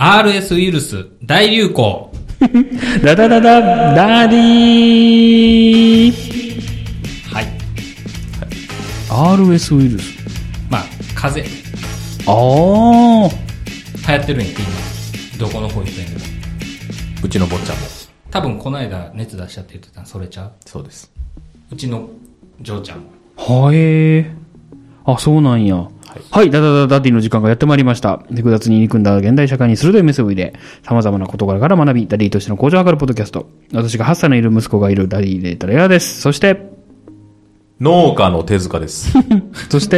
RS ウイルス大流行。 ダダダダダディー。 はい。 RS ウイルス。 まあ、風邪。 ああ。 流行ってるんやって今。どこの保育園でも。 うちの坊ちゃんも。 多分この間熱出しちゃって言ってたのそれちゃう？ そうです。 うちの嬢ちゃんも。 はえー。あ、そうなんや。はい、ダダダダディの時間がやってまいりました。複雑に憎んだ現代社会に鋭いメスを入れ、様々な事柄から学び、ダディとしての向上を図るポッドキャスト。私が8歳のいる息子がいるダディでタレアです。そして、 農家の手塚です。 そして、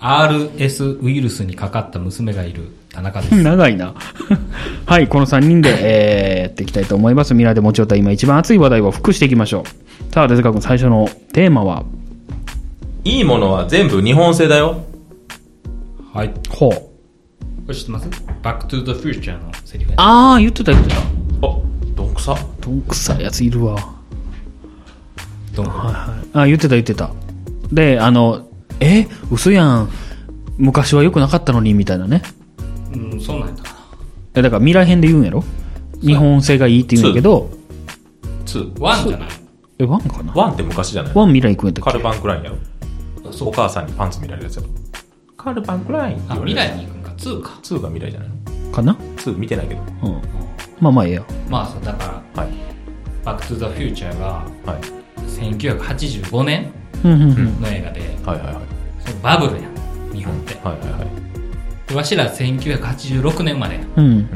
RS ウイルスにかかった娘がいる田中です。 長いな。はい、この3人で、やっていきたいと思います。未来で持ち寄った今一番熱い話題を復していきましょう。さあ、手塚君最初のテーマは、 いいものは全部日本製だよ。 はい。 ほう。 これ知ってます？バックトゥーザフューチャーのセリフや。 あー、言ってた。 あ、どんくさ。 どんくさいやついるわ。 どんくはいはい。あ、言ってた。で、嘘やん。昔は良くなかったのに、みたいなね。 うん、そうなんだかな。 だから未来編で言うんやろ？日本製がいいって言うんやけど。 2。 1じゃない？ 1かな？ 1って昔じゃない？ 1未来行くんやったっけ？ カルバンクラインやろ。お母さんにパンツ見られるやつやろ。カルバンクラインってあ、 言われる。 未来に行くんか。2か。 2が未来じゃないのかな？ 2見てないけど。 うん。まあまあええや。 まあさ、だから、 はい。 バックトゥーザフューチャーが、 はい。 1985年の映画で、 はいはいはい。 そのバブルやん、日本って。 はいはいはい。 でわしら1986年までやん。 うん。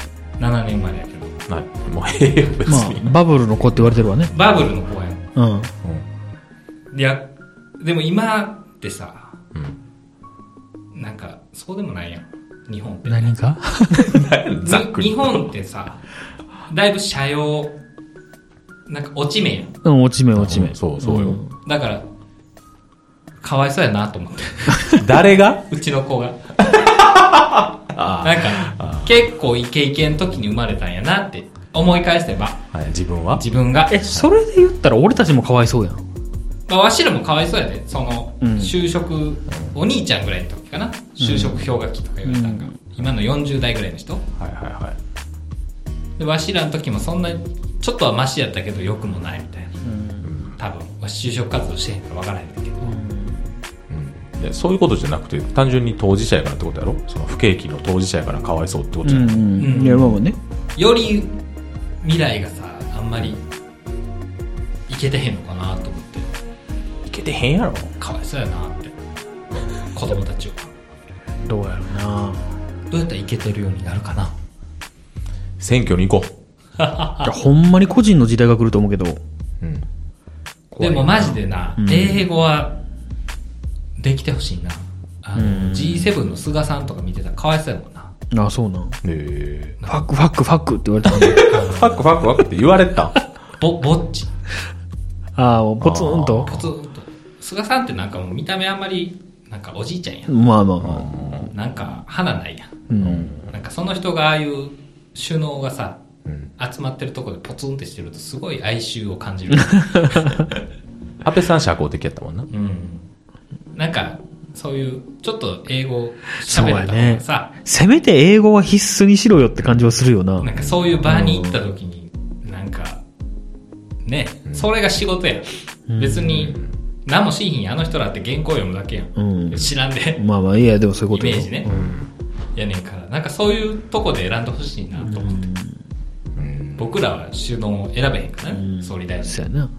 7年までやけど。 はい。もうええよ、別まあ、 に。 バブルの子って言われてるわね。 バブルの方やん。 うん。 いや、でも今ってさ、 うん。 なんか、そうでもないやん。日本って。 何かざっくり。 日本ってさ、だいぶ社用、なんか落ち目やん。 うん、落ち目。 そうそうよ。 だから、かわいそうやなと思って。 誰がうちの子が。 あなんか、結構イケイケの時に生まれたんやなって思い返せば、 あ。はい、自分は自分が。 それで言ったら俺たちもかわいそうやん。 まあ、わしらもかわいそうやで。その、 うん就職、お兄ちゃんぐらいの時かな。就職氷河期とか言われたんか。今の40代ぐらいの人。 はいはいはい。 で、わしらの時もそんな、ちょっとはマシやったけど、良くもないみたいな。多分、わし就職活動してへんから分からへんけど。 でそういうことじゃなくて、単純に当事者やからってことやろ。その不景気の当事者やからかわいそうってことじゃない。 いや、まあね。 より未来がさ、あんまりいけてへんのかなと思って。 いけてへんやろ。 かわいそうやなって子供たちはどうやろうな。 どうやったらいけてるようになるかな。 選挙に行こいや、ほんまに個人の時代が来ると思うけど。 う。うん。 でもマジでな、英語はできてほしいな。G7 の菅さんとか見てたらかわいそうやもんな。 あ、そうなん。 フファックって言われたのに。 ァックって言われた。 ぼっちああ、ポツンと。 ポツンと。菅さんってなんかもう見た目あんまりなんかおじいちゃんやん。 まあまあまあ。 なんか花ないやん。なんかその人がああいう首脳がさ、集まってるところでポツンってしてるとすごい哀愁を感じる。 安倍さん社交的やったもんな。 なんかそういうちょっと英語そうや喋れた方ねがさ、 せめて英語は必須にしろよって感じはするよな。 なんかそういう場に行った時になんかね、それが仕事やん。別に何もしいひんやん。あの人らって原稿読むだけやん。知らんで。 まあまあいいや、でもそういうことよイメージね。やねんから、なんかそういうとこで選んでほしいなと思って。僕らは首脳を選べへんからね、総理大臣。 そうやな。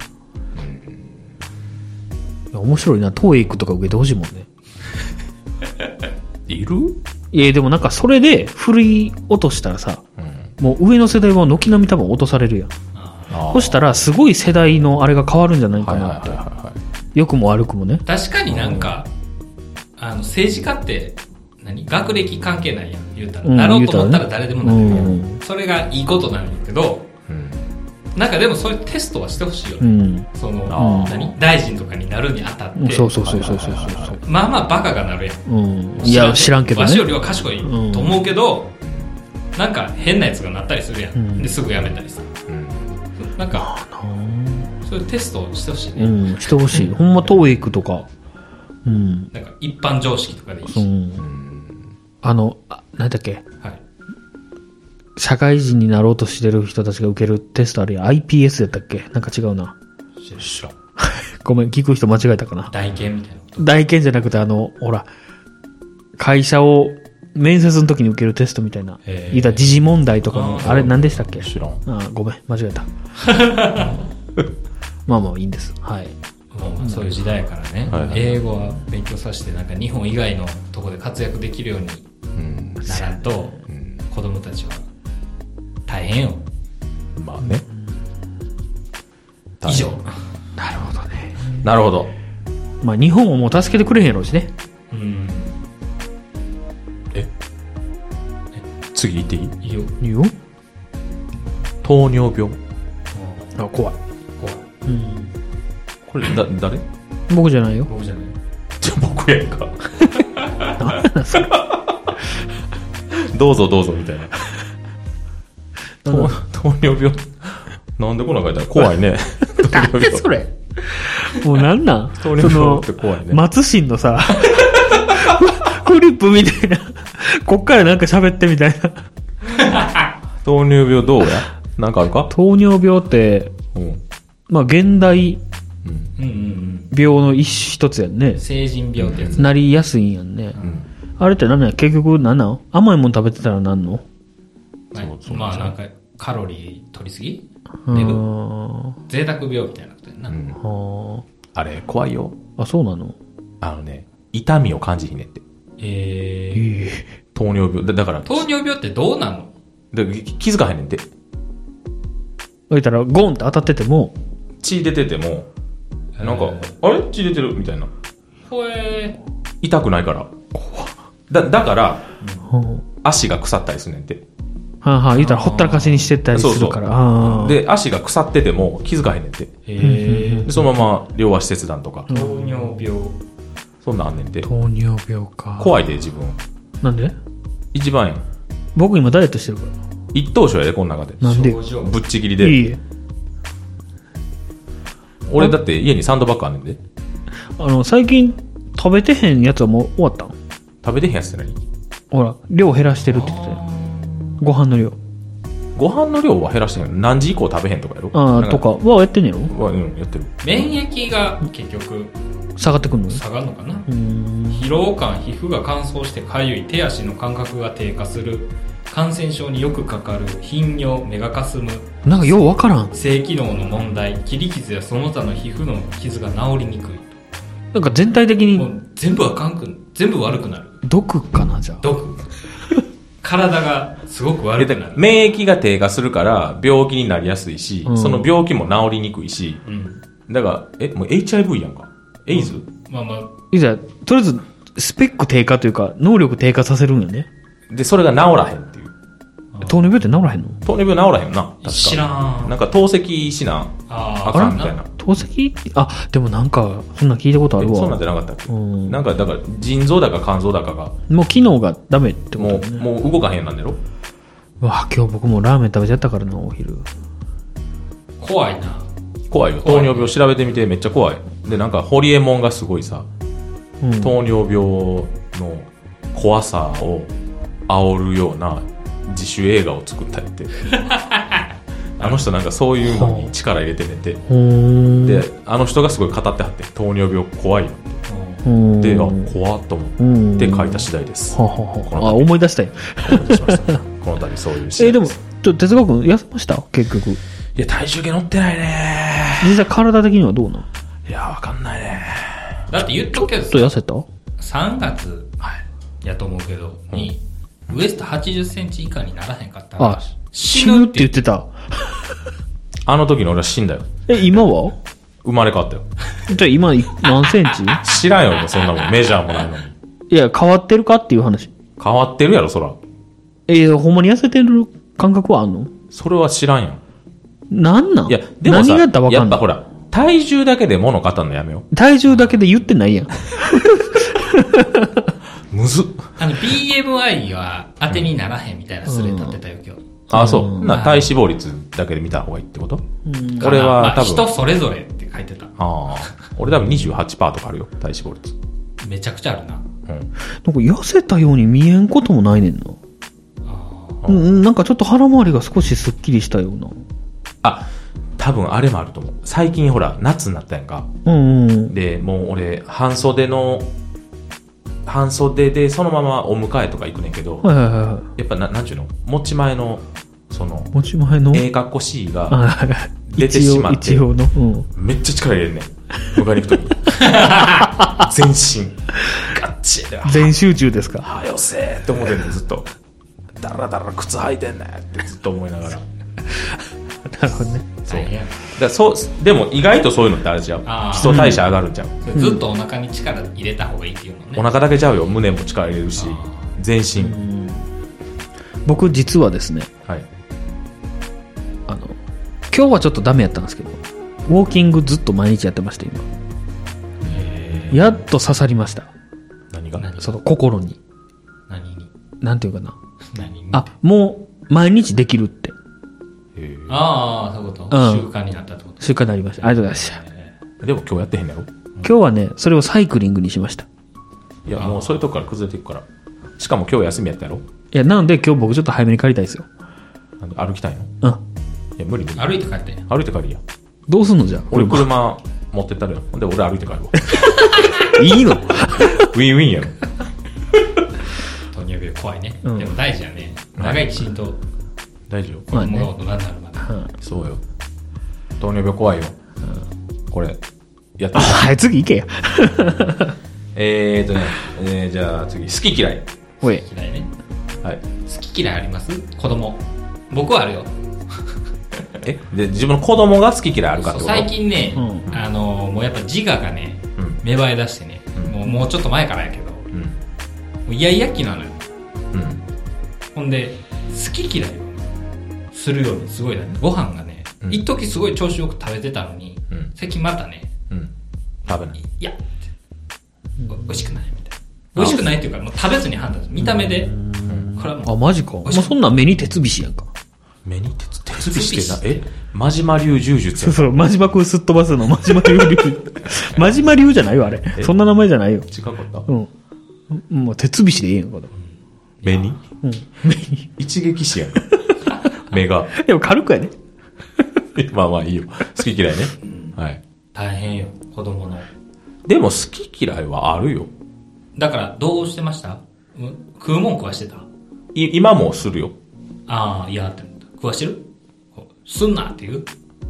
面白いな、TOEICとか受けてほしいもんね。 いる？ いや、でもなんかそれで振り落としたらさ、もう上の世代は軒並み多分落とされるやん。そしたらすごい世代のあれが変わるんじゃないかなって。良くも悪くもね。 確かになんか、政治家って学歴関係ないやん、言うたら。なろうと思ったら誰でもなれるやん。それがいいことなんやけど、なんかでもそういうテストはしてほしいよね。その、大臣とかになるにあたって。 そう。 まあまあバカがなるやん。 いや、知らんけどね。 わしよりは賢いと思うけど、なんか変なやつがなったりするやん。ですぐ辞めたりさ。なんか、そういうテストをしてほしいね。 してほしい。ほんま TOEIC とか。 なんか一般常識とかでいいし。 何だっけ？ はい。 社会人になろうとしてる人たちが受けるテストあるやん。IPS やったっけ？なんか違うな。 知らん。 ごめん、聞く人間違えたかな。 大検みたいなこと。 大検じゃなくてほら、会社を面接の時に受けるテストみたいな。言ったら時事問題とかの、あれ何でしたっけ？ 知らん。 ごめん、間違えた。まあまあいいんです。はい。 もうそういう時代やからね、 はいはい、 英語は勉強させて、なんか日本以外のところで活躍できるようにならんと、子供たちは大変よ。 まあね。 以上。 なるほどね。 なるほど。 まあ日本をもう助けてくれへんやろうしね。 次行っていい？ いいよ。 いいよ。 糖尿病。 あ、怖い。 これ誰？ 僕じゃないよ。 僕じゃない。 じゃあ僕やんか。どうぞどうぞみたいな。糖尿病。なんでこんな書いてある？怖いね。 なんでそれ。もうなんなん？ 糖尿病って怖いね。 松新のさ、フリップみたいな。こっからなんか喋ってみたいな。 糖尿病どうや？なんかあるか？ 糖尿病って、まあ現代病の一つやんね。 成人病ってやつ。 なりやすいんやんね。あれって何や？結局何なの？甘いもん食べてたらなんの？ まあなんかカロリー取りすぎ？贅沢病みたいなことやんな。 あれ怖いよ。 あ、そうなの？ 痛みを感じひんねって。糖尿病だから。 糖尿病ってどうなの？ 気づかへんねんて。 言ったらゴンって当たってても血出ててもなんかあれ血出てるみたいな。痛くないから。だから、足が腐ったりするねんて。 言ったらほったらかしにしてったりするから。 そうで足が腐ってても気づかへんねんて。でそのまま両足切断とか。 糖尿病。 そんなんあんねんて。 糖尿病か。 怖いで自分。 なんで？ 一番やん。 僕今ダイエットしてるから。 一等賞やでこの中で。 なんで？ ぶっちぎりで。 いい。 俺だって家にサンドバッグあんねんで。 最近食べてへんやつはもう終わったん？ 食べてへんやつって何？ ほら量減らしてるって言ってたよ。ご飯の量。 ご飯の量は減らしてへん。何時以降食べへんとかやろ？ とかはやってんねやろ？ やってる。 免疫が結局下がってくるの？ 下がるのかな。疲労感、皮膚が乾燥してかゆい、手足の感覚が低下する、感染症によくかかる、頻尿、目がかすむ、 なんかようわからん。 性機能の問題、切り傷やその他の皮膚の傷が治りにくい。 なんか全体的にもう全部悪くなる。 毒かな、じゃあ。 毒。体がすごく悪くなる。 免疫が低下するから病気になりやすいし、その病気も治りにくいし、だからもう HIV やんか。エイズ？ まあまあ。 いざとりあえずスペック低下というか能力低下させるんやね。 でそれが治らへんっていう。 糖尿病って治らへんの？ 糖尿病治らへんよな。確か知らん。 なんか透析しなあかんみたいな。 透析？でもなんかそんな聞いたことあるわ。 そんなんじゃなかったっけ？なんかだから腎臓だか肝臓だかがもう機能がダメってことだね。 もう動かへんなんだろ。 今日僕もラーメン食べちゃったからな、お昼。 怖いな。 怖いよ。糖尿病調べてみてめっちゃ怖い。でなんかホリエモンがすごいさ、糖尿病の怖さを煽るような自主映画を作ったりってあの人なんかそういうのに力入れてねて、であの人がすごい語ってはって、糖尿病怖いよって、で怖っと思って書いた次第です。 思い出したよ。 この度そういうシーンでも哲学君痩せました結局？ いや体重計乗ってないね。 実際体的にはどうなの？ いやわかんないね。 だって言っとくけどさ、 ちょっと痩せた ？3月やと思うけどに、ウエスト80センチ以下にならへんかったら死ぬって言ってた。 あの時の俺は死んだよ。 今は生まれ変わったよ。 じゃあ今何センチ？ 知らんよ、そんなもん。メジャーもないのに。 いや、変わってるかっていう話。 変わってるやろ、そら。 ほんまに痩せてる感覚はあんの？ それは知らんよ。 なんなん？ いや、でもさ、 何がやったらわかんない？ やっぱほら、体重だけで物語るのやめよう。 体重だけで言ってないやん。 むずっ。 BMI は当てにならへんみたいなスレ立ってたよ、今日。 そう。体脂肪率だけで見た方がいいってこと？俺は多分。 人それぞれって書いてた。 俺多分 28% とかあるよ、体脂肪率。 めちゃくちゃあるな。 なんか痩せたように見えんこともないねんな。 なんかちょっと腹回りが少しスッキリしたような。 あ、多分あれもあると思う。最近ほら、夏になったやんか。で、もう俺、半袖でそのままお迎えとか行くねんけど、やっぱなんちゅうの持ち前の、 持ち前のかっこしいが出てしまって、 一応の、 めっちゃ力入れるねん。迎えに行くとき。全身。ガッチリ。 全集中ですか。 はよせーって思ってんねん、ずっと。だらだら靴履いてんねんってずっと思いながら。 なるほどね。 そう。でも意外とそういうのってあれじゃん。基礎代謝上がるんじゃん。 ずっとお腹に力入れた方がいいっていうのね。 お腹だけちゃうよ。胸も力入れるし、全身。 僕実はですね、 はい。 今日はちょっとダメやったんですけど、ウォーキングずっと毎日やってまして、今。やっと刺さりました。 何が？ その心に。 何に？ なんていうかな。 何に？ もう毎日できるって。 ああ、そういうこと、習慣になったってこと？ 習慣になりました。ありがとうございました。 でも今日やってへんやろ？ 今日はね、それをサイクリングにしました。 いや、もうそういうとこから崩れていくから。しかも今日休みやったやろ？ いや、なので今日僕ちょっと早めに帰りたいですよ。 歩きたいの？ うん。 いや、無理。 歩いて帰って。 歩いて帰りや。 どうすんのじゃあ。 俺車持ってったらよ。ほんで俺歩いて帰るわ。 いいの？ ウィンウィンやろ。 糖尿病怖いね。でも大事やね。長生きしんと。 大事よ。 子供が大人になるまで。 そうよ。糖尿病怖いよ。これ、やってはい、次行けや。 じゃあ次、好き嫌い。 おい。 嫌いね。 はい。 好き嫌いあります？子供。僕はあるよ。 で、自分の子供が好き嫌いあるかってこと？ 最近ね、もうやっぱ自我がね、芽生え出してね、もうちょっと前からやけど、もうイヤイヤ期なのよ。ほんで、好き嫌いをするようにすごいな。ご飯がね、一時すごい調子よく食べてたのに、最近またね、 食べない。 いや、美味しくないみたいな。美味しくないっていうか、もう食べずに判断する。見た目で、これはもう。 マジか。もうそんなん目に鉄菱やんか。 目に鉄菱って真島流柔術や。 そう、真島くんすっ飛ばすの、真島流。真島流じゃないよ、あれ。そんな名前じゃないよ。 違かった？ もう鉄菱でいいやんか。 目に？目に。一撃死やん。目が。 でも軽くやね。 まあまあいいよ。好き嫌いね。はい。 大変よ、子供の。 でも好き嫌いはあるよ。 だからどうしてました？食うもん食わしてた？ 今もするよ。 ああ、いやって思った。食わしてる？すんなっていう？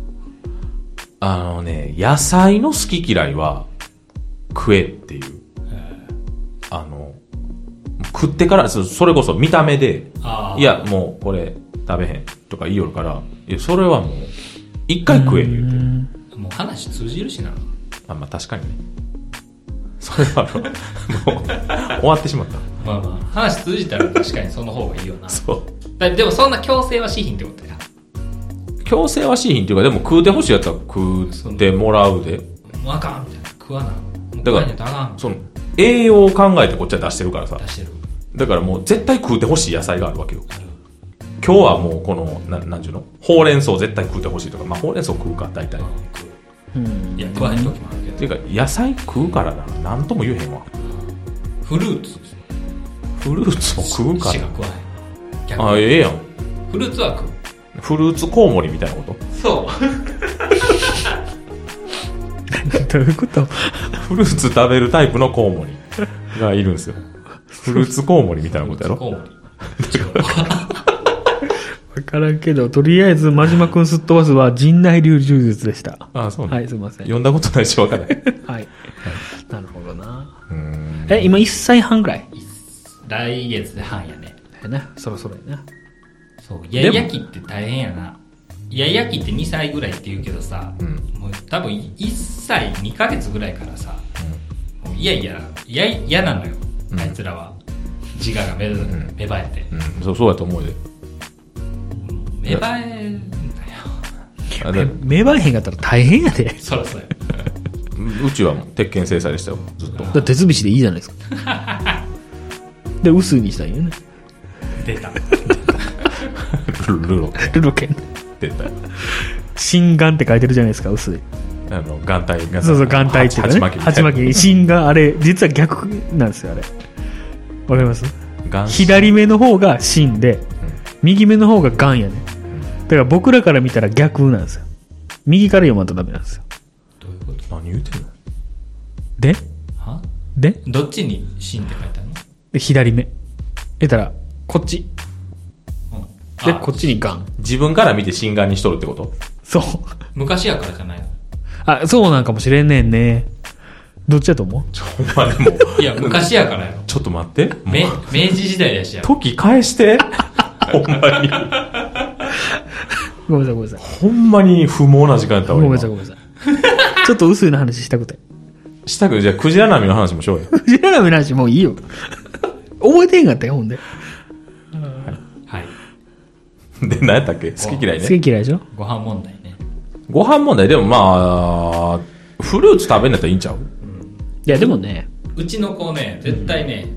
野菜の好き嫌いは食えっていう。食ってから、それこそ見た目で、いや、もうこれ食べへんとか言いよるから、いや、それはもう、一回食え言うて。 もう話通じるしな。 まあ確かにね。それはもう、終わってしまった。 まあまあ、話通じたら確かにその方がいいよな。 そう。 でもそんな強制はしひんってことや。 強制はしひんっていうか、でも食うてほしいやったら食ってもらうで。 もうあかんみたいな。食わな。 だから、栄養を考えてこっちは出してるからさ。 出してる。 だからもう絶対食うてほしい野菜があるわけよ。今日はもうこの、なんちゅうの？ほうれん草絶対食うてほしいとか、まあほうれん草食うか、大体。 いや、食わへん時もあるけど。 っていうか、野菜食うからな。なんとも言えへんわ。 フルーツですよ。 フルーツを食うから。 しか食わへん。 あ、ええやん。 フルーツは食う。 フルーツコウモリみたいなこと？ そう。 どういうこと？ フルーツ食べるタイプのコウモリがいるんですよ。フルーツコウモリみたいなことやろ？ コウモリ。 わからんけど、とりあえず、真島くんすっ飛ばすは陣内流柔術でした。 ああ、そうね。 はい、すいません。 読んだことないしわからない。 はい。なるほどな。今1歳半ぐらい？ 来月で半やね。 やな、そろそろやな。 そう、イヤイヤ期って大変やな。イヤイヤ期って2歳ぐらいって言うけどさ、もう多分1歳2ヶ月ぐらいからさ、もういや嫌なのよ、あいつらは。自我が芽生えて。 そうやと思うで。 芽生えんだよ。 芽生えへんかったら大変やで。 そらそうや。 うちはもう鉄拳制裁でしたよ、ずっと。 だから鉄菱でいいじゃないですか。で、薄にしたいよね。 出た。 ルロケン。 出た。 心眼って書いてるじゃないですか、薄い。 眼帯。 そうそう、眼帯っていうかね。鉢巻き。心眼、あれ、実は逆なんですよ、あれ。わかります？左目の方が心で、 右目の方がガンやね。だから僕らから見たら逆なんですよ。右から読まんとダメなんですよ。 どういうこと？ 何言うてんの？ ではでどっちにシンって書いてあるの？ で左目。たら、こっち。で、こっちにガン。 自分から見て心眼にしとるってこと？ そう。 昔やからじゃないの？ あ、そうなんかもしれんねんね。どっちやと思う？ ほんまでも。 いや、昔やからやろ。 ちょっと待って。 明治時代やしや。 時返して。ほんまに。 ごめんなさい、ごめんなさい。 ほんまに不毛な時間やったわ。 ごめんなさい、ごめんなさい。ちょっと薄いの話したくて。 したく、じゃあ、クジラ波の話もしようよ。 クジラの話もういいよ。覚えてへんかったよ、ほんで。 はい。 で、何やったっけ？好き嫌いね。 好き嫌いでしょ？ ご飯問題ね。 ご飯問題、でもまあ、フルーツ食べんだったらいいんちゃう？ いや、でもね。 うちの子ね、絶対ね、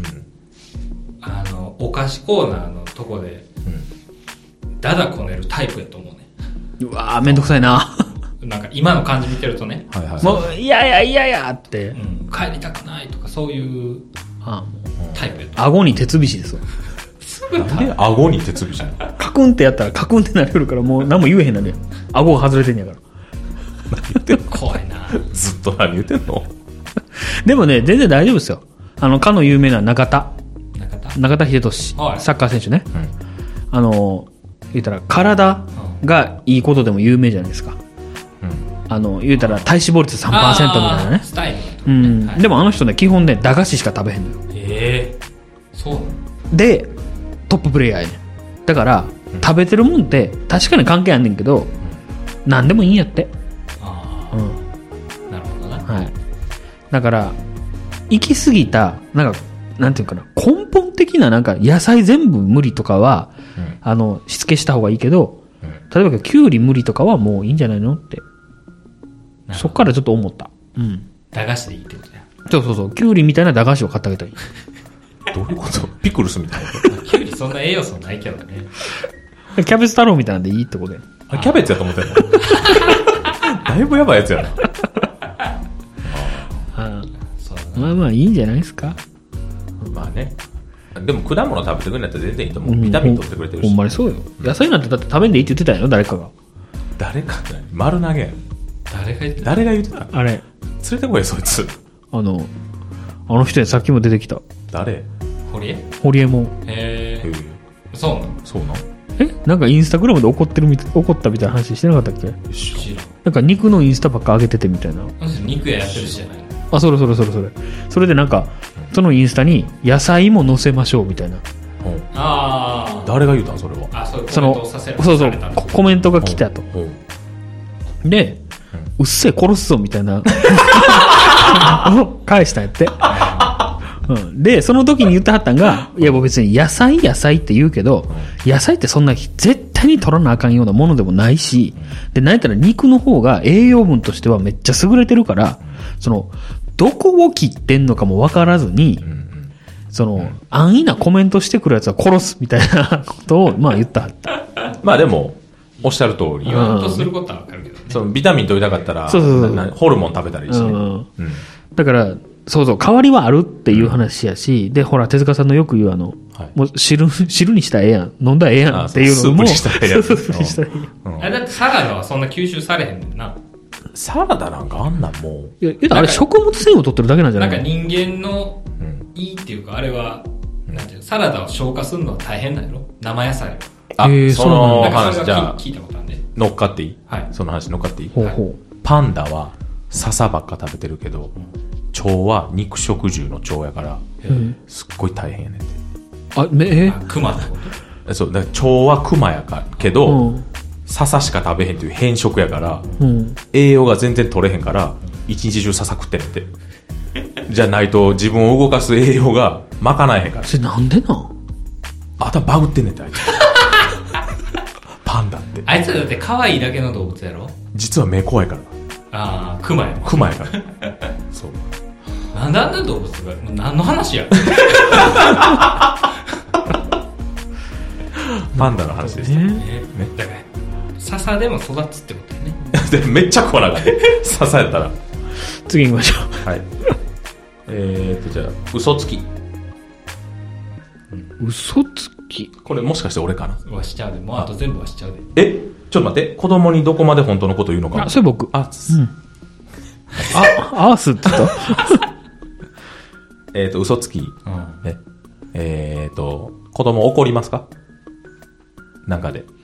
お菓子コーナーのとこで、だだこねるタイプやと思うね。 うわぁ、めんどくさいな。 なんか今の感じ見てるとね、 はいはい。 もう、いやいやいやいやって。 帰りたくないとかそういうタイプやと顎に鉄菱ですわ。 なんで顎に鉄菱なの？ カクンってやったらカクンってなれるからもう何も言えへんなるやん。顎が外れてんやから。 怖いな。 ずっと何言ってんの？ でもね、全然大丈夫ですよ。かの有名な中田秀俊、 はいサッカー選手ね。言ったら体がいいことでも有名じゃないですか。言ったら体脂肪率 3% みたいなね。 スタイルだとうね。 ん。 はいでもあの人ね、基本ね、駄菓子しか食べへんのよ。 そうなの？ で、トッププレイヤーやねん。だから、食べてるもんって確かに関係あんねんけど、何でもいいんやって。 ああ、なるほどな。 はい。だから、行き過ぎた、なんていうかな、根本的な野菜全部無理とかは、しつけした方がいいけど、例えばキュウリ無理とかはもういいんじゃないのって。そっからちょっと思った。 駄菓子でいいってことや。 そう。キュウリみたいな駄菓子を買ってあげたらいい。 どういうこと？ピクルスみたいなこキュウリそんな栄養素ないけどね。 キャベツ太郎みたいなんでいいってことや。 と？キャベツやと思ってんの？だいぶやばいやつやな。 まあいいんじゃないですか。 まあね。でも果物食べてくれないと全然いいと思う。ビタミン取ってくれてるし。 ほんまにそうよ。野菜なんてだって食べんでいいって言ってたんやろ、誰かが。 誰かって何？丸投げやん。 誰が言ってた？ 誰が言ってた？ あれ。 連れてこい、そいつ。 あの人や、さっきも出てきた。 誰？ 堀江も。 へえ。そうなの？ そうなの？ なんかインスタグラムで怒ったみたいな話してなかったっけ？ 知らん。 なんか肉のインスタばっか上げててみたいな。 肉屋やってるしじゃないの？ あ、それ。それでなんか、そのインスタに野菜も載せましょうみたいな。 ああ。 誰が言うたんそれは？ あ、そういうコメントをさせる。 そう。コメントが来たと。で、うっせえ殺すぞみたいな。返したんやって。で、その時に言ってはったんが、いやもう別に野菜って言うけど、野菜ってそんな絶対に取らなあかんようなものでもないし、で、なんやったら肉の方が栄養分としてはめっちゃ優れてるから、どこを切ってんのかも分からずに、安易なコメントしてくるやつは殺すみたいなことを、まあ言ったはった。 まあでも、おっしゃる通り。 言わんとすることは分かるけどね。 ビタミン取りたかったら、ホルモン食べたらいいしね。 だから、そう、代わりはあるっていう話やし、で、ほら、手塚さんのよく言うもう汁にしたらええやん。飲んだらええやんっていうのも。 スープにしたらええやん。 スープにしたらええやん。 だってサラダはそんな吸収されへんねんな。 サラダなんかあんなんもう。いや、あれ食物繊維を取ってるだけなんじゃないの？ なんか人間のいいっていうか、あれは、なんていうの、サラダを消化するのは大変なんやろ？生野菜を。 その話じゃあ、 聞いたことあるんで。 乗っかっていい？ はい。 その話乗っかっていい？ ほうほう。 パンダは笹ばっか食べてるけど、腸は肉食獣の腸やから、すっごい大変やねんて。 クマってこと？そう、だから腸はクマやからけど、笹しか食べへんという変色やから、栄養が全然取れへんから、一日中笹食ってんねんて。じゃないと自分を動かす栄養が賄えへんから。 それなんでなん？ 頭バグってんねんて、あいつ。パンダって。 あいつだって可愛いだけの動物やろ？ 実は目怖いから。 ああ、クマや。 クマやから。そう。 なんであんな動物が、何の話や？ パンダの話でした。 だから、笹でも育つってことやね。 めっちゃ怖なかった。笹やったら。 次行きましょう。はい。じゃあ、嘘つき。 嘘つき？ き。 これもしかして俺かな。 はしちゃうで。もうあと全部はしちゃうで。 ちょっと待って。子供にどこまで本当のこと言うのか。 あ、それ僕。 あ、 アースって言った？ 嘘つき。子供怒りますか？なんかで。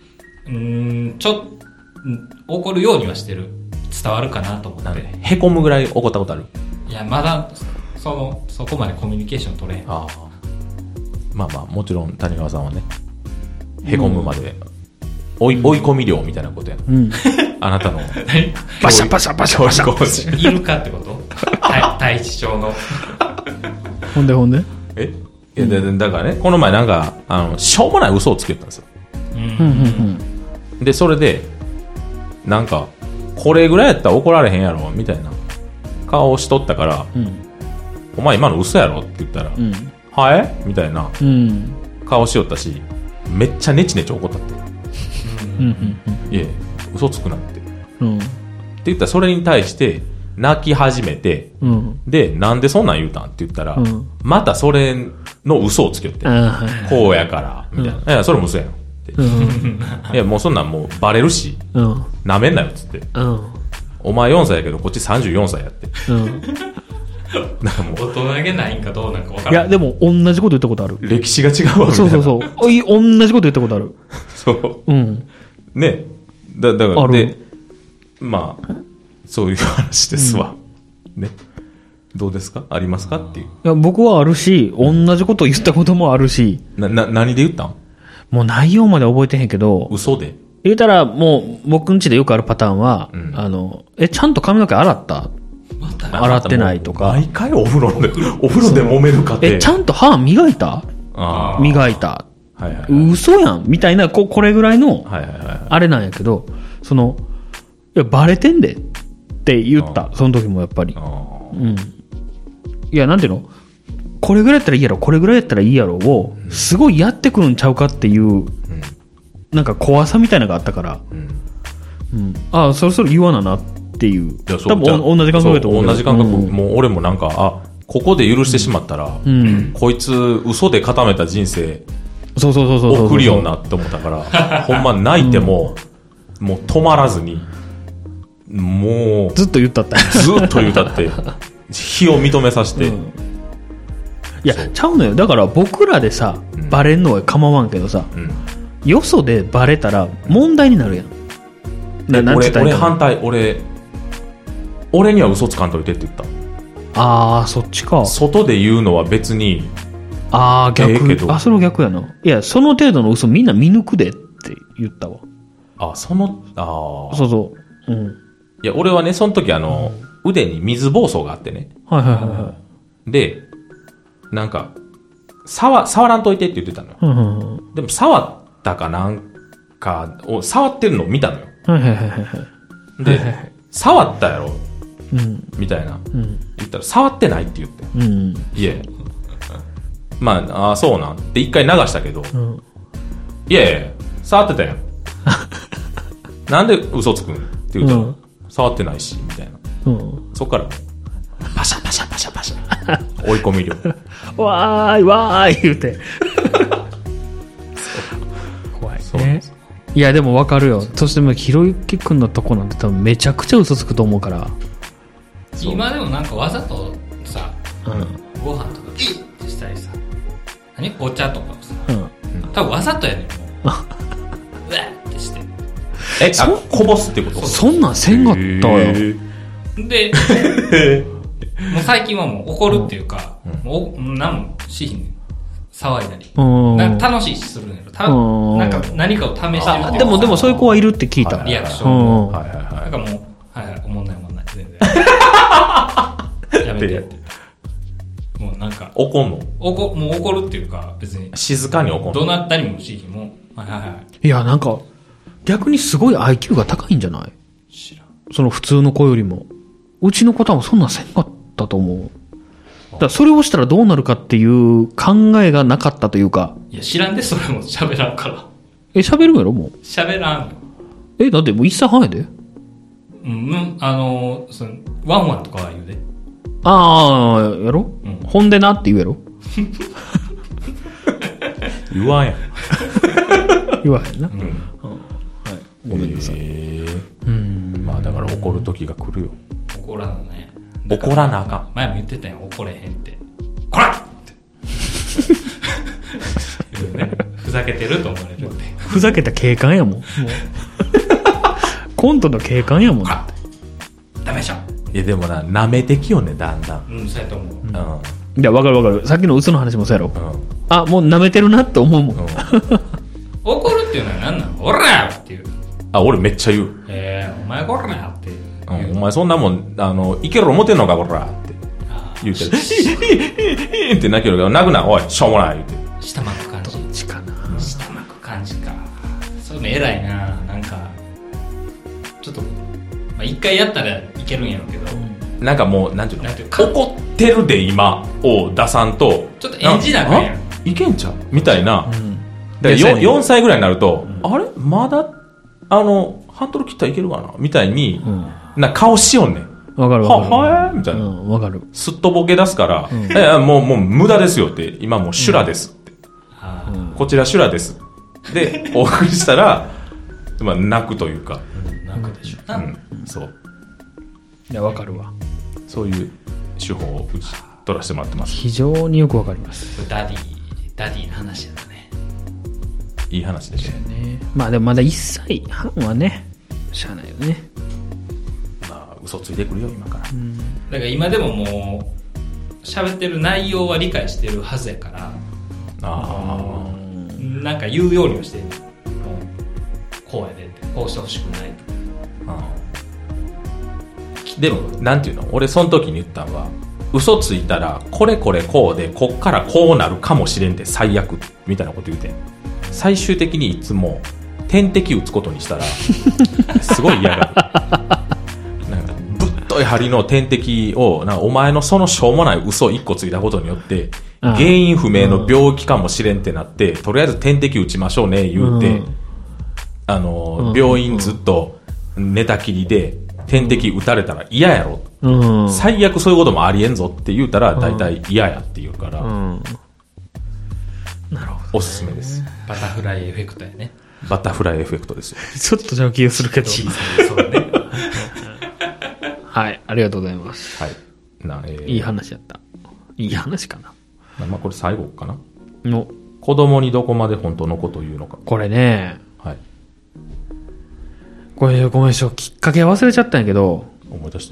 怒るようにはしてる。伝わるかなと思って。 へこむぐらい怒ったことある？ いや、まだ、そこまでコミュニケーション取れへん。 ああ。まあまあ、もちろん谷川さんはね、へこむまで、追い込み量みたいなことやな。あなたの。 バシャバシャバシャバシャ。 いるかってこと大地上の。 ほんでいや、だからね、この前なんか、しょうもない嘘をつけたんですよ。で、それで、なんか、これぐらいやったら怒られへんやろ、みたいな顔をしとったから、お前今の嘘やろって言ったら、はいみたいな顔しよったし、めっちゃネチネチ怒ったって。いや、嘘つくなって。って言ったら、それに対して、泣き始めて、で、なんでそんなん言うたんって言ったら、またそれの嘘をつきよって。こうやから、みたいな。いや、それも嘘やん。いや、もうそんなんもうバレるし、なめんなよっつって。お前4歳やけど、こっち34歳やって。 なんかもう大人げないんかどうなんか分からない。 いや、でも同じこと言ったことある。 歴史が違うわみたいな。 そう。同じこと言ったことある。 そう。ね。だから、で、まあ、そういう話ですわ。ね。どうですか？ありますかっていう。いや、僕はあるし、同じこと言ったこともあるし。 何で言ったん？ もう内容まで覚えてへんけど。 嘘で？ 言うたら、もう、僕ん家でよくあるパターンは、ちゃんと髪の毛洗った？洗ってないとか。 毎回お風呂で揉めるかって。 ちゃんと歯磨いた？磨いた。嘘やんみたいな、これぐらいの、あれなんやけど、いや、バレてんでって言った。その時もやっぱり。いや、なんていうの？これぐらいやったらいいやろ、これぐらいやったらいいやろを、すごいやってくるんちゃうかっていう、なんか怖さみたいなのがあったから、ああ、そろそろ言わななっていう。多分同じ感覚だと思う。 同じ感覚。もう俺もなんか、ここで許してしまったら、こいつ嘘で固めた人生、送るよなって思ったから、ほんま泣いても、もう止まらずに、もう、 ずっと言ったって。 ずっと言ったって、非を認めさせて。 いや、ちゃうのよ。だから僕らでさ、バレんのは構わんけどさ、よそでバレたら問題になるやん。 俺反対。俺には嘘つかんといてって言った。 ああ、そっちか。 外で言うのは別に。 逆。それは逆やな。いや、その程度の嘘みんな見抜くでって言ったわ。そう。 いや、俺はね、その時腕に水疱瘡があってね。で、なんか、触らんといてって言ってたのよ。でも触ったかなんかを触ってるのを見たのよ。で、触ったやろ、みたいな、言ったら触ってないって言って、いえ、まあ、そうなんって一回流したけど、いやいや触ってたやん。なんで嘘つくんって言うたら、触ってないしみたいな、そっからパシャパシャパシャパシャ追い込み量わーい言うて怖いね。いやでも分かるよ。そしてもひろゆきくんのとこなんて多分めちゃくちゃ嘘つくと思うから。 今でもなんかわざとさ、ご飯とかピッってしたりさ、お茶とかをさ、多分わざとやねん。もううわってしてこぼすってこと？ そんなんせんかったよ。 でもう最近はもう怒るっていうか、もう何もしひんねん。騒いだり。なんか楽しいしするんやろ。なんか何かを試してるっていう。 でもそういう子はいるって聞いた。 リアクションを。なんかもう、思んない。全然。やめてやって。もうなんか。 怒んの？ もう怒るっていうか、別に。 静かに怒んの？ どなったりもしひんも。 いや、なんか、逆にすごい IQ が高いんじゃない？ 知らん。 その普通の子よりも。うちの子多分そんなんせんかったと思う。だからそれをしたらどうなるかっていう考えがなかったというか。 いや、知らんで、それも喋らんから。 喋るんやろもう。 喋らんよ。 だってもう1歳半やで。 ワンワンとかは言うで。 やろ、ほんでなって言うやろ言わんやん。 言わへんな。 うん。 はい。ごめんなさい。 まあだから怒る時が来るよ。 怒らなね。 怒らなあかん。 前も言ってたよ、怒れへんって。こらってね。ふざけてると思われるって。 ふざけた警官やもん。もうコントの警官やもん。 ダメでしょ。 いやでもな、舐めてきよね、だんだん。 うん、そうやと思う。 いや、わかるわかる。さっきの嘘の話もそうやろ。あ、もう舐めてるなって思うもん。 怒るっていうのは何なの？おらっていう。 あ、俺めっちゃ言う。 お前こらってお前そんなもん、いける思ってんのか、こらって言うてる。って泣けるけど、泣くな、おい、しょうもない、言うて。 下巻く感じ。 どっちかな。 下巻く感じか。そういうの偉いな。なんか、ちょっと、まあ、一回やったらいけるんやろうけど。 なんかもう、なんていうの、怒ってるで今を出さんと、 ちょっと演じなあかんやん。 いけんちゃうみたいな。だから 4歳ぐらいになると、あれまだ、ハンドル切ったらいけるかなみたいに、な顔しよんねん。 わかるわかる。 はみたいな。 わかる。 すっとぼけ出すから、もう無駄ですよって、今もう修羅ですって。こちら修羅です。で、お送りしたら、まあ、泣くというか。 泣くでしょ。 そう。 いや、わかるわ。 そういう手法を取らせてもらってます。 非常によくわかります。 ダディの話やったね。 いい話でしたね。 まあでもまだ1歳半はね、しゃあないよね。 まあ、嘘ついてくるよ、今から。だから今でももう、喋ってる内容は理解してるはずやから、なんか言うようにはしてる。もう、こうやでって、こうしてほしくないと。 でも、なんていうの、俺その時に言ったのは、嘘ついたら、これこれこうで、こっからこうなるかもしれんで最悪、みたいなこと言うてん。最終的にいつも、点滴打つことにしたら、すごい嫌がる。なんか、ぶっとい針の点滴を、なんかお前のそのしょうもない嘘1個ついたことによって、原因不明の病気かもしれんってなって、とりあえず点滴打ちましょうね、言うて、病院ずっと寝たきりで、点滴打たれたら嫌やろ、最悪そういうこともありえんぞって言うたら大体嫌やって言うから、 なるほど、 おすすめです。 バタフライエフェクトやね。 バタフライエフェクトですよ。 ちょっとじゃあ気がするけど。 小さいそうね。 はい、ありがとうございます。 はい。 いい話やった。いい話かな。 まあこれ最後かな。 の子供にどこまで本当のことを言うのか。 これね。 はい。 これごめんきっかけ忘れちゃったんやけど。 思い出して。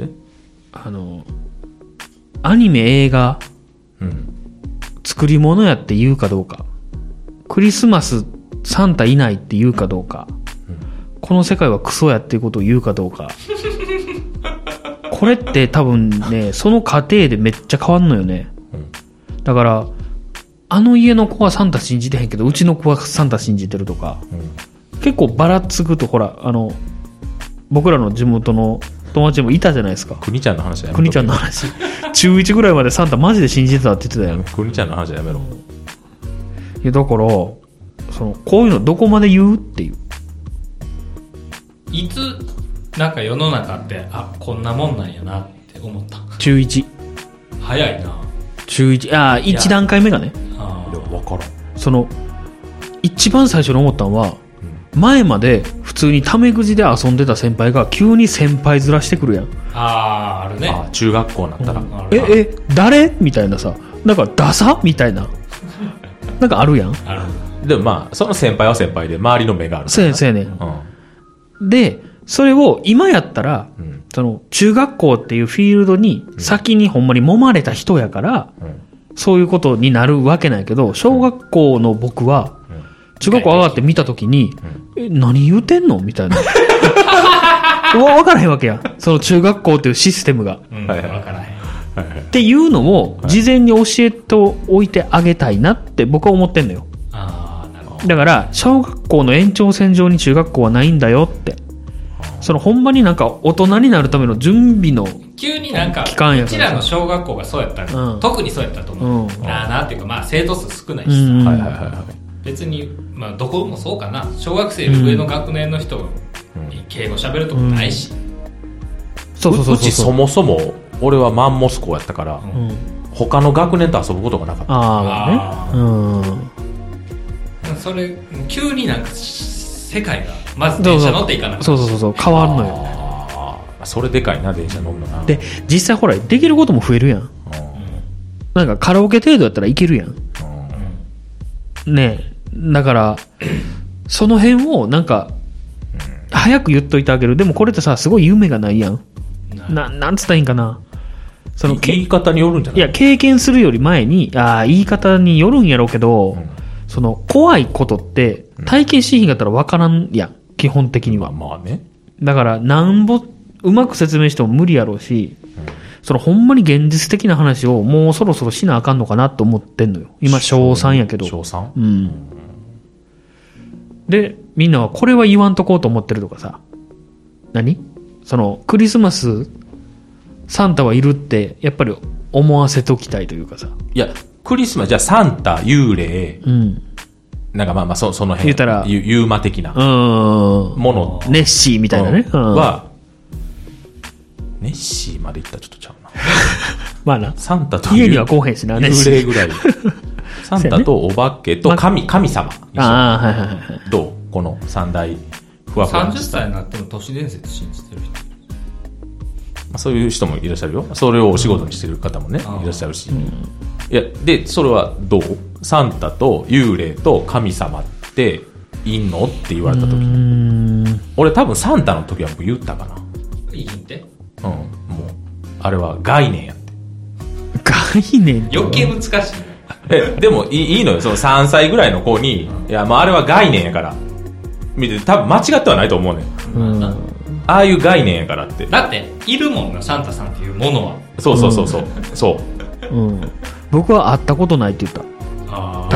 アニメ映画、作り物やって言うかどうか。クリスマスサンタいないって言うかどうか。この世界はクソやっていうことを言うかどうか。これって多分ね、その過程でめっちゃ変わんのよね。だから、あの家の子はサンタ信じてへんけど、うちの子はサンタ信じてるとか、結構ばらつくと、ほら、僕らの地元の友達もいたじゃないですか。 国ちゃんの話やめろ。 国ちゃんの話。中1ぐらいまでサンタマジで信じてたって言ってたよ。 国ちゃんの話やめろ。 いや、だから、こういうのどこまで言うっていう。 いつ、なんか世の中って、こんなもんなんやなって思った。 中1。 早いな。 中1、1段階目がね。 いや、わからん。 一番最初に思ったのは、前まで普通にタメ口で遊んでた先輩が急に先輩ずらしてくるやん。 あるね。 中学校になったら。 誰みたいなさ。なんか、ダサみたいな。なんかあるやん。 ある。 でもまあ、その先輩は先輩で周りの目がある。 そうやね。で、それを今やったら、中学校っていうフィールドに先にほんまに揉まれた人やから、そういうことになるわけないけど、小学校の僕は、中学校上がって見たときに、何言うてんのみたいな。わからへんわけや。その中学校っていうシステムが。 わからへん。 っていうのを事前に教えておいてあげたいなって僕は思ってんのよ。だから、小学校の延長線上に中学校はないんだよって。ほんまになんか大人になるための準備の急になんか、 期間やから。 うちらの小学校がそうやったら、特にそうやったと思う。なっていうか、まあ生徒数少ないしさ。別に、まあどこもそうかな。小学生上の学年の人に敬語喋るとこないし。 うちそもそも、俺はマンモス校やったから、他の学年と遊ぶことがなかった。 それ急になんか世界がまず電車乗っていかなくて、 そう変わるのよ。 それでかいな、電車乗るのな。 で実際ほらできることも増えるやん。なんかカラオケ程度やったらいけるやん。ねえ、だからその辺をなんか早く言っといてあげる。でもこれってさ、すごい夢がないやん。なんつったらいいんかな。その言い方によるんじゃない？ いや、経験するより前に、言い方によるんやろうけど、その怖いことって体験しひんかったら分からんやん、基本的には。 まあね。 だからなんぼうまく説明しても無理やろうし、そのほんまに現実的な話をもうそろそろしなあかんのかなと思ってんのよ。今小3やけど。 小 3？ うん。で、みんなはこれは言わんとこうと思ってるとかさ。何？そのクリスマスサンタはいるってやっぱり思わせときたいというかさ。 いや、クリスマス、じゃあサンタ、幽霊、なんかまあその辺、 言うたらユーマ的なもの。 ネッシーみたいなね。 は、ネッシーまでいったらちょっとちゃうな。 まあな。 サンタと家には来へんしな、 幽霊ぐらい。サンタとお化けと神様。 はい。 どうこの三大ふわふわ。 30歳になっても都市伝説信じてる人。 そういう人もいらっしゃるよ。それをお仕事にしてる方もね、いらっしゃるし。いや、で、それはどう？サンタと幽霊と神様っていんのって言われた時に。俺多分サンタの時は僕言ったかな。 いいんて？ もう、あれは概念やって。 概念余計難しい。 でもいいのよ。その3歳ぐらいの子に、いや、あれは概念やから。見て、多分間違ってはないと思うねん。ああいう概念やからって。 だって、いるもんな、サンタさんっていうものは。 そう。 僕は会ったことないって言った。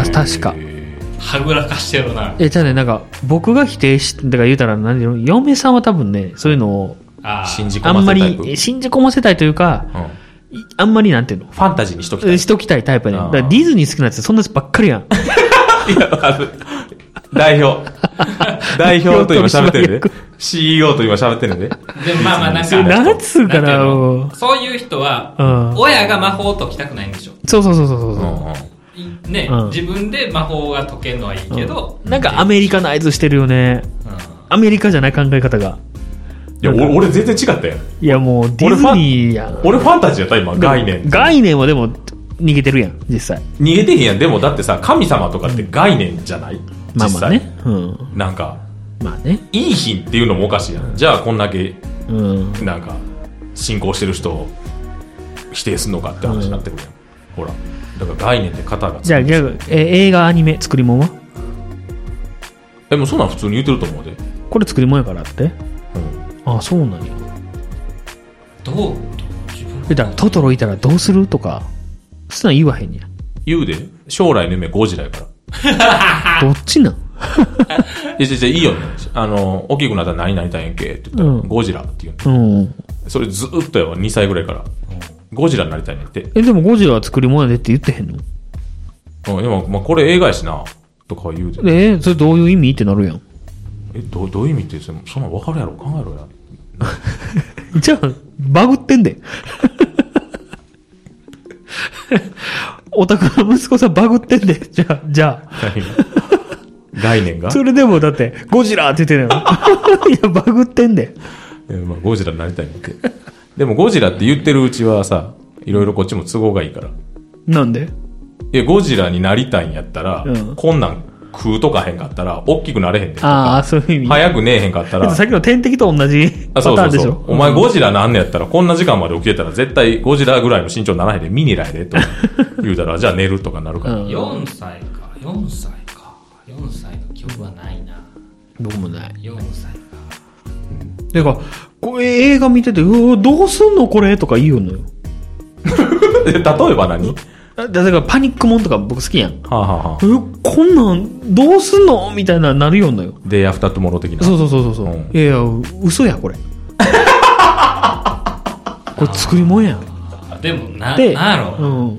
確か。 はぐらかしてるな。 じゃあね、なんか、僕が否定し、だから言うたら、何ていうの、嫁さんは多分ね、そういうのを、 信じ込ませたい。 あんまり信じ込ませたいというか、あんまりなんていうの、 ファンタジーにしときたいタイプやね。だからディズニー好きなやつそんなやつばっかりやん。いや、代表と今喋ってるんで。CEO と今喋ってるんで。 でもまあなんか、 なんつうかな、 そういう人は、親が魔法を解きたくないんでしょ。 そう。 ね、自分で魔法が解けるのはいいけど。 なんかアメリカナイズしてるよね。アメリカじゃない考え方が。 いや、俺全然違ったよ。 いや、もうディズニーやん。 俺ファンタジーやった今、概念。 概念はでも逃げてるやん、実際。 逃げてへんやん。でもだってさ、神様とかって概念じゃない？実際。 まあね。 なんか、 まあね。 いい品っていうのもおかしいやん。じゃあこんだけ、なんか、信仰してる人を否定するのかって話になってくるやん。ほら。だから概念で型が。 じゃあ映画、アニメ、作り物は？ もうそんなん普通に言ってると思うで。 これ作り物やからって？あ、そうなんや。 どう？ だからトトロいたらどうするとか、そんなん言わへんやん。 言うで。将来の夢ゴジラやから。 どっちなん？ いいよね。大きくなったら何になりたいんやんけって言ったら、ゴジラって言うの。それずっとやわ、2歳ぐらいから。ゴジラになりたいねんって。 でもゴジラは作り物やでって言ってへんの？ 今、まあ、これ映画やしな、とかは言うで。 それどういう意味ってなるやん。 どういう意味ってそんなん分かるやろ、考えろや。 じゃあ、バグってんで。お宅の息子さんバグってんで。じゃあ。 概念がそれでもだって、ゴジラって言ってんのよ。いや、バグってんで。 まあ、ゴジラになりたいんって。でもゴジラって言ってるうちはさ、いろいろこっちも都合がいいから。 なんで？ いや、ゴジラになりたいんやったら、こんなん食うとかへんかったら、大きくなれへんでとか。 そういう意味。 早くねえへんかったら。 さっきの天敵と同じパターンでしょ。 そうお前ゴジラなんねやったら、こんな時間まで起きてたら、絶対ゴジラぐらいの身長にならへんで、ミニラやで、と言うたら、じゃあ寝るとかなるから。 4歳か。4歳の記憶はないな。 僕もない。 4歳か。 だから、これ映画見てて、どうすんのこれとか言うのよ。 例えば何？ だからパニックもんとか僕好きやん。 こんなんどうすんのみたいななるよんのよ。 デイアフタートゥモロー的な。 そう。いや嘘やこれ。これ作り物やん。 でもなんやろ。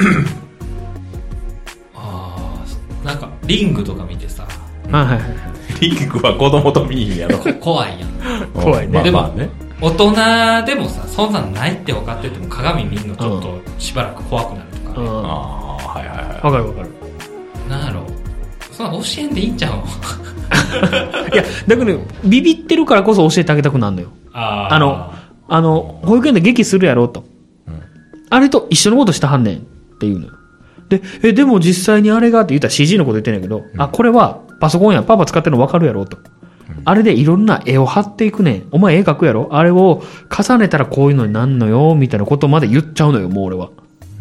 なんかリングとか見てさ。 リングは子供と見んやろ。 怖いやん。 怖いね。 でも大人でもさ、そんなんないって分かってても鏡見るのちょっとしばらく怖くなるとかね。 わかる。 なんやろ。 そんな教えんでいいんちゃうのいや、だからね、ビビってるからこそ教えてあげたくなるのよ。保育園で劇するやろと。あれと一緒のことしたはんねんっていうのよ。で、でも実際にあれがって言ったら CG のこと言ってんやけど、これはパソコンや、パパ使ってるの分かるやろと。あれでいろんな絵を貼っていくねん。お前絵描くやろ、あれを重ねたらこういうのになんのよ、みたいなことまで言っちゃうのよ、もう俺は。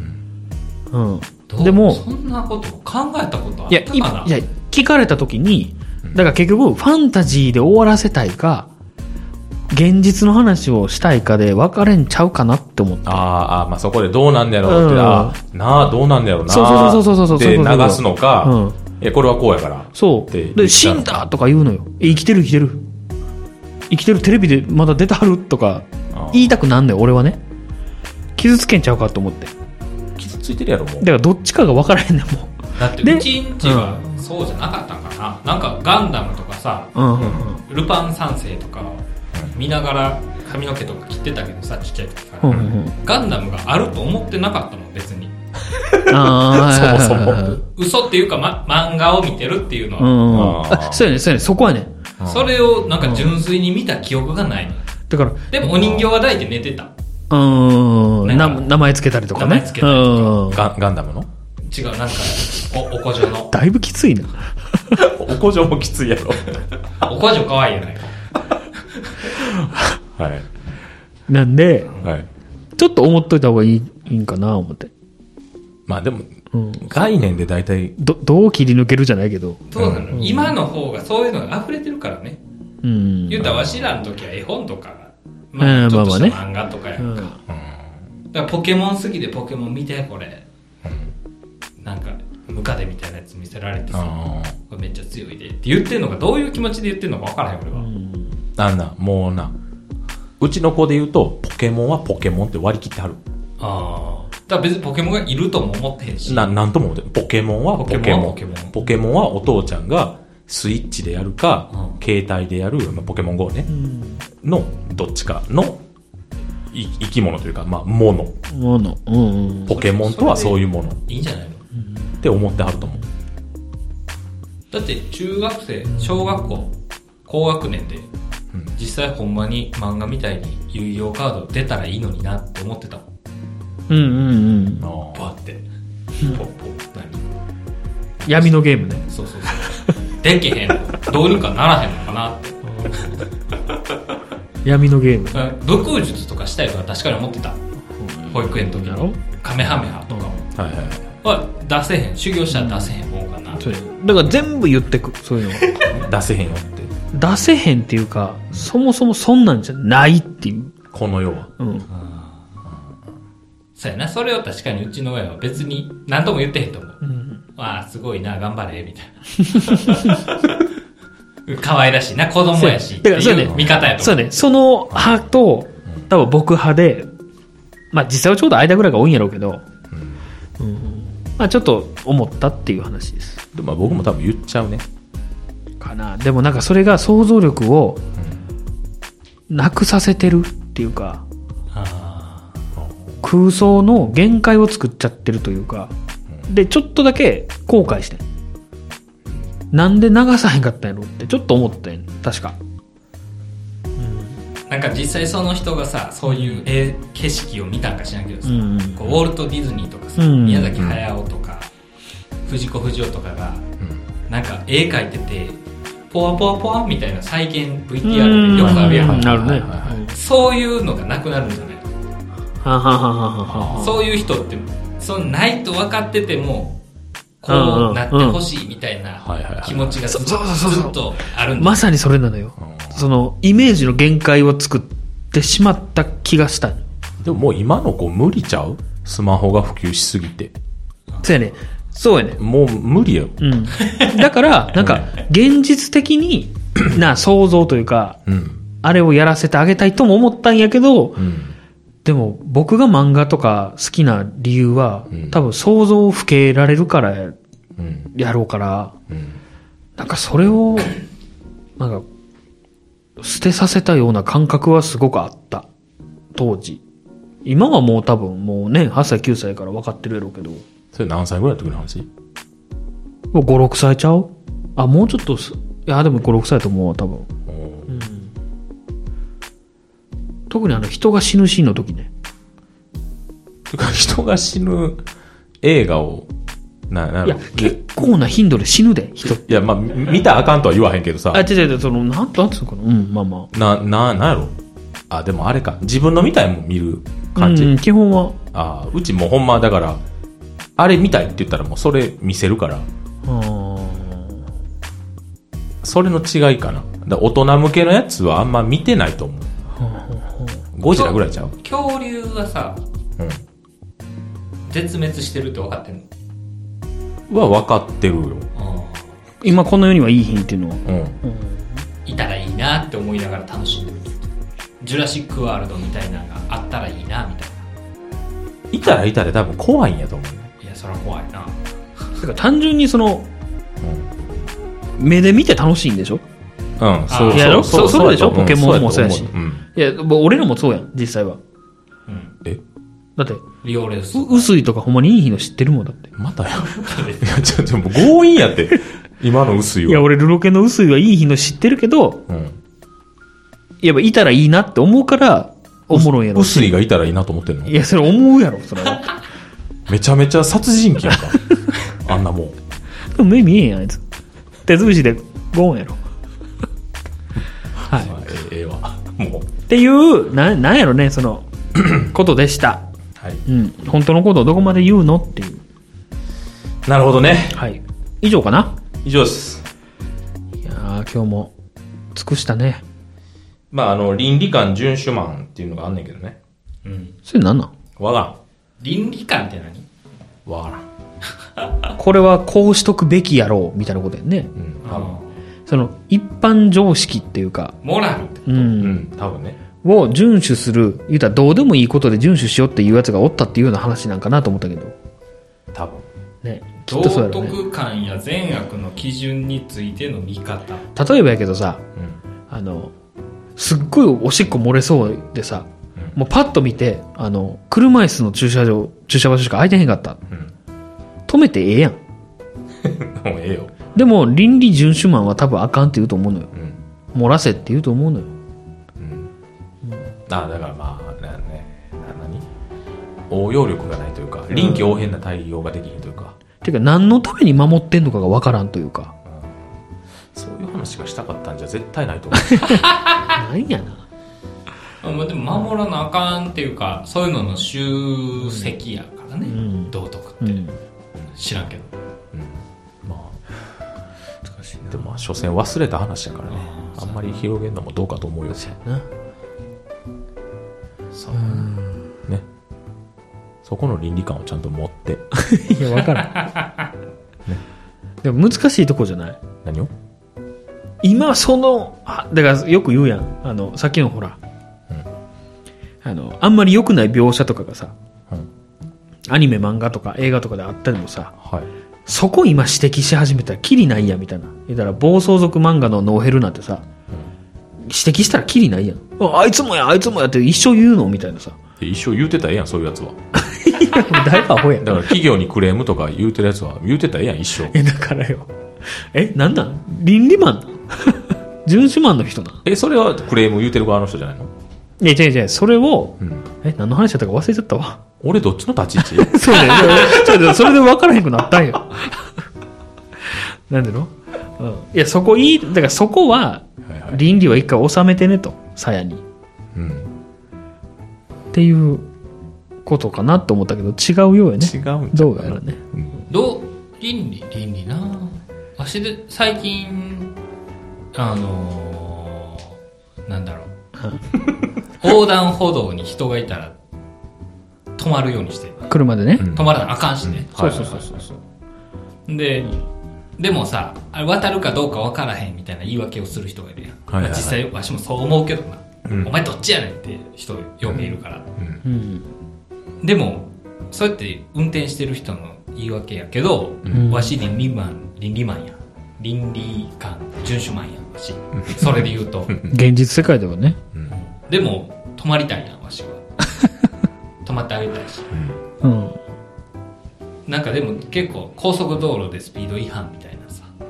でも、 そんなこと考えたことあったかな？ いや、聞かれた時に、だから結局ファンタジーで終わらせたいか、現実の話をしたいかで分かれんちゃうかなって思って。 まあそこでどうなんだろうって、どうなんだろうなそうで流すのか、これはこうやから。 そう。で、死んだとか言うのよ。生きてる、テレビでまだ出てはるとか、言いたくなんねん、俺はね。傷つけんちゃうかと思って。 傷ついてるやろ、もう。 だからどっちかが分からへんねん、もう。 だって、うちんちはそうじゃなかったんかな。なんかガンダムとかさ、ルパン三世とか見ながら髪の毛とか切ってたけどさ、ちっちゃい時から。ガンダムがあると思ってなかったもん、別に。 そもそも。 嘘っていうか、漫画を見てるっていうのは。 そうやね、そこはね。 それをなんか純粋に見た記憶がない。 だから。 でもお人形は抱いて寝てた。 名前つけたりとかね。 名前つけたりとか。ガンダムの？ 違う、なんか、おこじょの。 だいぶきついな。 おこじょもきついやろ。 おこじょかわいいやないか。 はい。 なんで、ちょっと思っといた方がいいんかな、思って。 まあでも、概念で大体どう切り抜けるじゃないけど。 そうなの。今の方がそういうのが溢れてるからね。言うたらわしらの時は絵本とか、ちょっとした漫画とかやんか。だからポケモン好きでポケモン見て、これ。なんか、ムカデみたいなやつ見せられてさ、これめっちゃ強いでって言ってんのがどういう気持ちで言ってんのか分からへん、俺は。 もうな、うちの子で言うと、ポケモンはポケモンって割り切ってはる。 だから別にポケモンがいるとも思ってへんし。 なんとも思ってポケモンはポケモン。ポケモンはお父ちゃんがスイッチでやるか、携帯でやる、ポケモン GO ね、のどっちかの生き物というか、もの。ポケモンとはそういうもの。 いいんじゃないのって思ってはると思う。 だって中学生、小学校、高学年で、実際ほんまに漫画みたいに遊戯王カード出たらいいのになって思ってたもん。バって。何闇のゲームね。 そう。できへんの。どうにかならへんのかなって。 闇のゲーム。 武空術とかしたいとは確かに思ってた。保育園の時に。カメハメハとかも。出せへん。修行したら出せへんもんかな。 だから全部言ってく、そういうの。 出せへんよって。 出せへんっていうか、そもそもそんなんじゃないっていう。 この世は。 そうやな。それを確かにうちの親は別に何とも言ってへんと思う。すごいな、頑張れ、みたいな。可愛らしいな、子供やし。っていう見方やと思う。 そうね。その派と、多分僕派で、実際はちょうど間ぐらいが多いんやろうけど、ちょっと思ったっていう話です。 でも僕も多分言っちゃうね。 かな。でもなんかそれが想像力をなくさせてるっていうか、空想の限界を作っちゃってるというか、で、ちょっとだけ後悔してん。なんで流さへんかったんやろってちょっと思ったん確か。 なんか実際その人がさ、そういう景色を見たんか知らんけどさ、こうウォルト・ディズニーとかさ、宮崎駿とか、藤子不二雄とかが、なんか絵描いてて、ポワポワポワみたいな再現 VTR でよくあるやん。 なるね。 そういうのがなくなるんじゃないの？そういう人って、ないと分かってても、こうなってほしいみたいな気持ちがずっとあるんだ。 まさにそれなのよ。そのイメージの限界を作ってしまった気がした。 でももう今の子無理ちゃう？スマホが普及しすぎて。 そうやね。 もう無理よ。 だから、なんか、現実的に想像というか、あれをやらせてあげたいとも思ったんやけど、でも僕が漫画とか好きな理由は、多分想像を吹けられるからやろうから、なんかそれを、なんか、捨てさせたような感覚はすごくあった。当時。今はもう多分もうね、8歳9歳から分かってるやろうけど。 それ何歳ぐらいの時の話？ もう5、6歳ちゃう？ あ、もうちょっといや、でも5、6歳と思うわ、多分。特に人が死ぬシーンの時ね。 人が死ぬ映画を、 いや、結構な頻度で死ぬで、人。 いや、まあ、見たらあかんとは言わへんけどさ。 あ、違う、なんつうのかな。まあまあ。なんやろ。あ、でもあれか。自分の見たいもん見る感じ。 基本は。 あ、うちもうほんまだから、あれ見たいって言ったらもうそれ見せるから。それの違いかな。大人向けのやつはあんま見てないと思う。ゴジラぐらいちゃう？ 恐竜はさ、絶滅してるって分かってんの？ は分かってるよ。 今この世にはいい品っていうのは。 いたらいいなって思いながら楽しんでる。ジュラシックワールドみたいなのがあったらいいなみたいな。 いたらいたら多分怖いんやと思う。 いや、それは怖いな。 だから単純に目で見て楽しいんでしょ？ そうでしょ？ポケモンもそうやし。いや、俺らもそうやん、実際は。だって、 リオレス。 薄いとかほんまにいい日の知ってるもんだって。 またよ。いや、ちょっともう強引やって。今の薄いは。 いや、俺ルロケの薄いはいい日の知ってるけど、やっぱいたらいいなって思うから、おもろいやろ。 薄いがいたらいいなと思ってんの？ いや、それ思うやろ、それは。 めちゃめちゃ殺人鬼やんか。あんなもん。 でも目見えんやん、あいつ。手尽くしでゴーンやろ。はい。 ええわ。もう。 っていう、なんやろね、ことでした。 はい。 本当のことをどこまで言うのっていう。 なるほどね。 はい。以上かな？ 以上です。 いやー、今日も尽くしたね。 まあ、倫理観遵守マンっていうのがあんねんけどね。 それ何なん？ わからん。 倫理観って何？ わからん。これはこうしとくべきやろうみたいなことやんね。一般常識っていうか。 モラルってこと？ 多分ね。 を遵守する、言うたらどうでもいいことで遵守しようっていうやつがおったっていうような話なんかなと思ったけど。 多分。 ね。 道徳観や善悪の基準についての見方。 例えばやけどさ、すっごいおしっこ漏れそうでさ、もうパッと見て、車椅子の駐車場しか空いてへんかった。止めてええやん。 もうええよ。 でも、倫理遵守マンは多分あかんって言うと思うのよ。漏らせって言うと思うのよ。 だからまあ、応用力がないというか、臨機応変な対応ができへんというか。 ていうか、何のために守ってんのかがわからんというか。 そういう話がしたかったんじゃ絶対ないと思う。 ないやな。 でも守らなあかんっていうか、そういうのの集積やからね、道徳って。知らんけど。 まあ、難しい。でも、所詮忘れた話やからね。あんまり広げるのもどうかと思うよ。そう。ね。そこの倫理観をちゃんと持って。 いや、わからん。ね。でも難しいとこじゃない？ 何を？ 今だからよく言うやん。さっきのほら。あんまり良くない描写とかがさ、アニメ、漫画とか映画とかであったりもさ、そこ今指摘し始めたらキリないやみたいな。だから暴走族漫画のノーヘルなんてさ、指摘したらキリないやん。あいつもやって一生言うのみたいなさ。 一生言うてたらええやん、そういうやつは。 いや、だいぶアホやん。 だから企業にクレームとか言うてるやつは言うてたらええやん、一生。 だからよ。なんなん倫理マンなん遵守マンの人なん？ それはクレーム言うてる側の人じゃないの？ いや、違う。それを、何の話だったか忘れちゃったわ。 俺どっちの立ち位置？ そうだよ。それで分からへんくなったんよ。なんでの？いや、だからそこは、倫理は一回収めてねと、鞘に。っていうことかなと思ったけど、違うようやね。 違うんどうやらね。 倫理な。わしで、最近、なんだろう。横断歩道に人がいたら止まるようにして車でね、 止まらなあかんしね、 そうでもさ、あれ渡るかどうか分からへんみたいな言い訳をする人がいるやん、実際わしもそう思うけどな、お前どっちやねんって人よくいるから、でもそうやって運転してる人の言い訳やけど、わし倫理マンや、倫理観遵守マンやわし、それで言うと現実世界ではね、 でも止まりたいやんわしは止まってあげたいし、なんかでも結構高速道路でスピード違反みたいなさ、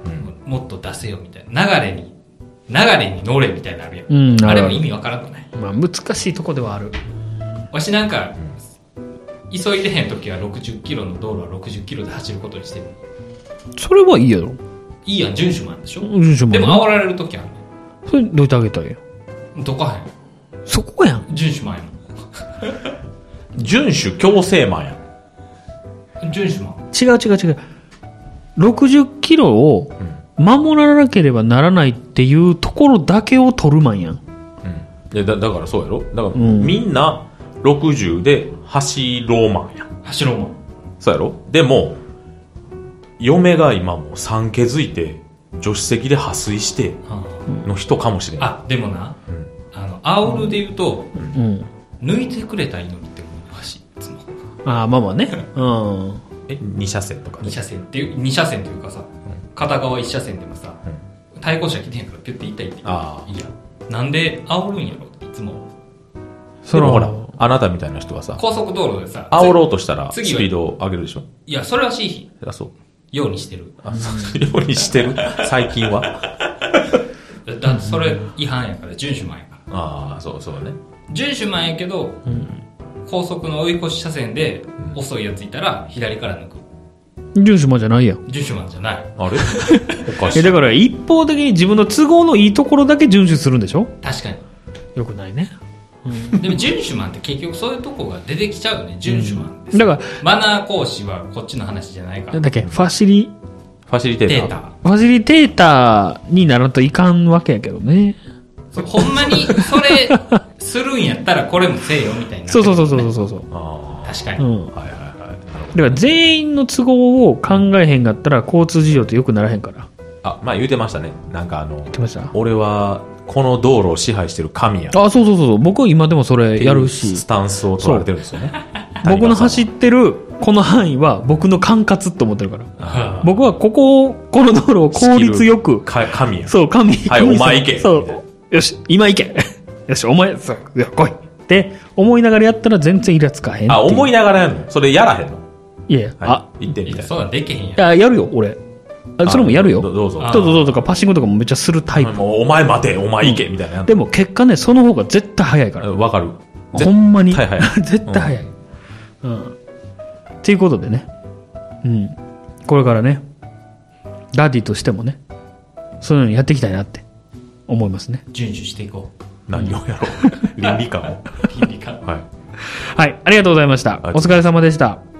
もっと出せよみたいな。流れに乗れみたいなのあるやん。 うん、 あれも意味わからんくない？ まあ難しいとこではある。 わしなんか、急いでへん時は60キロの道路は60キロで走ることにしてる。 それはいいやろ。 いいやん、遵守マンでしょ？ 遵守マンでも煽られる時あるね。 それどうやってあげたらいいよ。 どかへん。 そこやん。 遵守マンや遵守強制マンやん。 ん。遵守マン。 違う。60キロを守らなければならないっていうところだけを取るマンやん。 だからそうやろ。だから、みんな60で走ろうマンやん。 走ろうマン。 そうやろ。でも嫁が今もう産気づいて助手席で破水しての人かもしれない。 あ、でもな、煽るで言うと、抜いてくれたら祈りって思うし、いつも。 ああ、まあね。 2車線とかね。 2車線っていうかさ、片側1車線でもさ、対向車来てへんからピュッて行ったりって。 ああ。 いや、なんで煽るんやろっていつも。 でもほら、あなたみたいな人はさ、 高速道路でさ、 煽ろうとしたらス次はピードを上げるでしょ。 いや、それはしいひん。 あ、そう。 ようにしてる。 あ、そうようにしてる最近は。 だってそれ違反やから、遵守マンやから。 ああ、そうね。 遵守マンやけど、高速の追い越し車線で遅いやついたら左から抜く。 遵守マンじゃないやん。 遵守マンじゃない。 あれおかしい。 だから一方的に自分の都合のいいところだけ遵守するんでしょ。 確かに。 よくないね。 でも遵守マンって結局そういうとこが出てきちゃうよね。遵守マンって。 だからマナー講師はこっちの話じゃないから。 なんだっけ、ファシリテーター。 ファシリテーターにならんといかんわけやけどね。 ほんまにそれするんやったらこれもせえよみたいな。 そう。 確かに。 だから全員の都合を考えへんかったら交通事情って良くならへんから。 あ、まあ言うてましたね。なんか言ってました。 俺はこの道路を支配してる神や。 あ、そう。僕は今でもそれやるし。 スタンスを取られてるんですよね。 僕の走ってるこの範囲は僕の管轄と思ってるから。僕はこの道路を効率よく。 神や。 そう、神。 はい、お前行け。 そう。よし、今行け。よし、お前、そう、来い。って思いながらやったら全然イラつかへん。 あ、思いながらやんの？それやらへんの？ いや、 行ってみたい。 そうなんできへんやん。 いや、やるよ、俺。それもやるよ。 どうぞとかパッシングとかもめっちゃするタイプ。 お前待て、お前行け、みたいな。 でも結果ね、その方が絶対早いから。 わかる。 ほんまに。 絶対早い。 絶対早い。っていうことでね。これからね、ダディとしてもね、そういうのやっていきたいなって思いますね。 遵守していこう。 何をやろう。倫理観を。 倫理観。 はい。 はい、ありがとうございました。お疲れ様でした。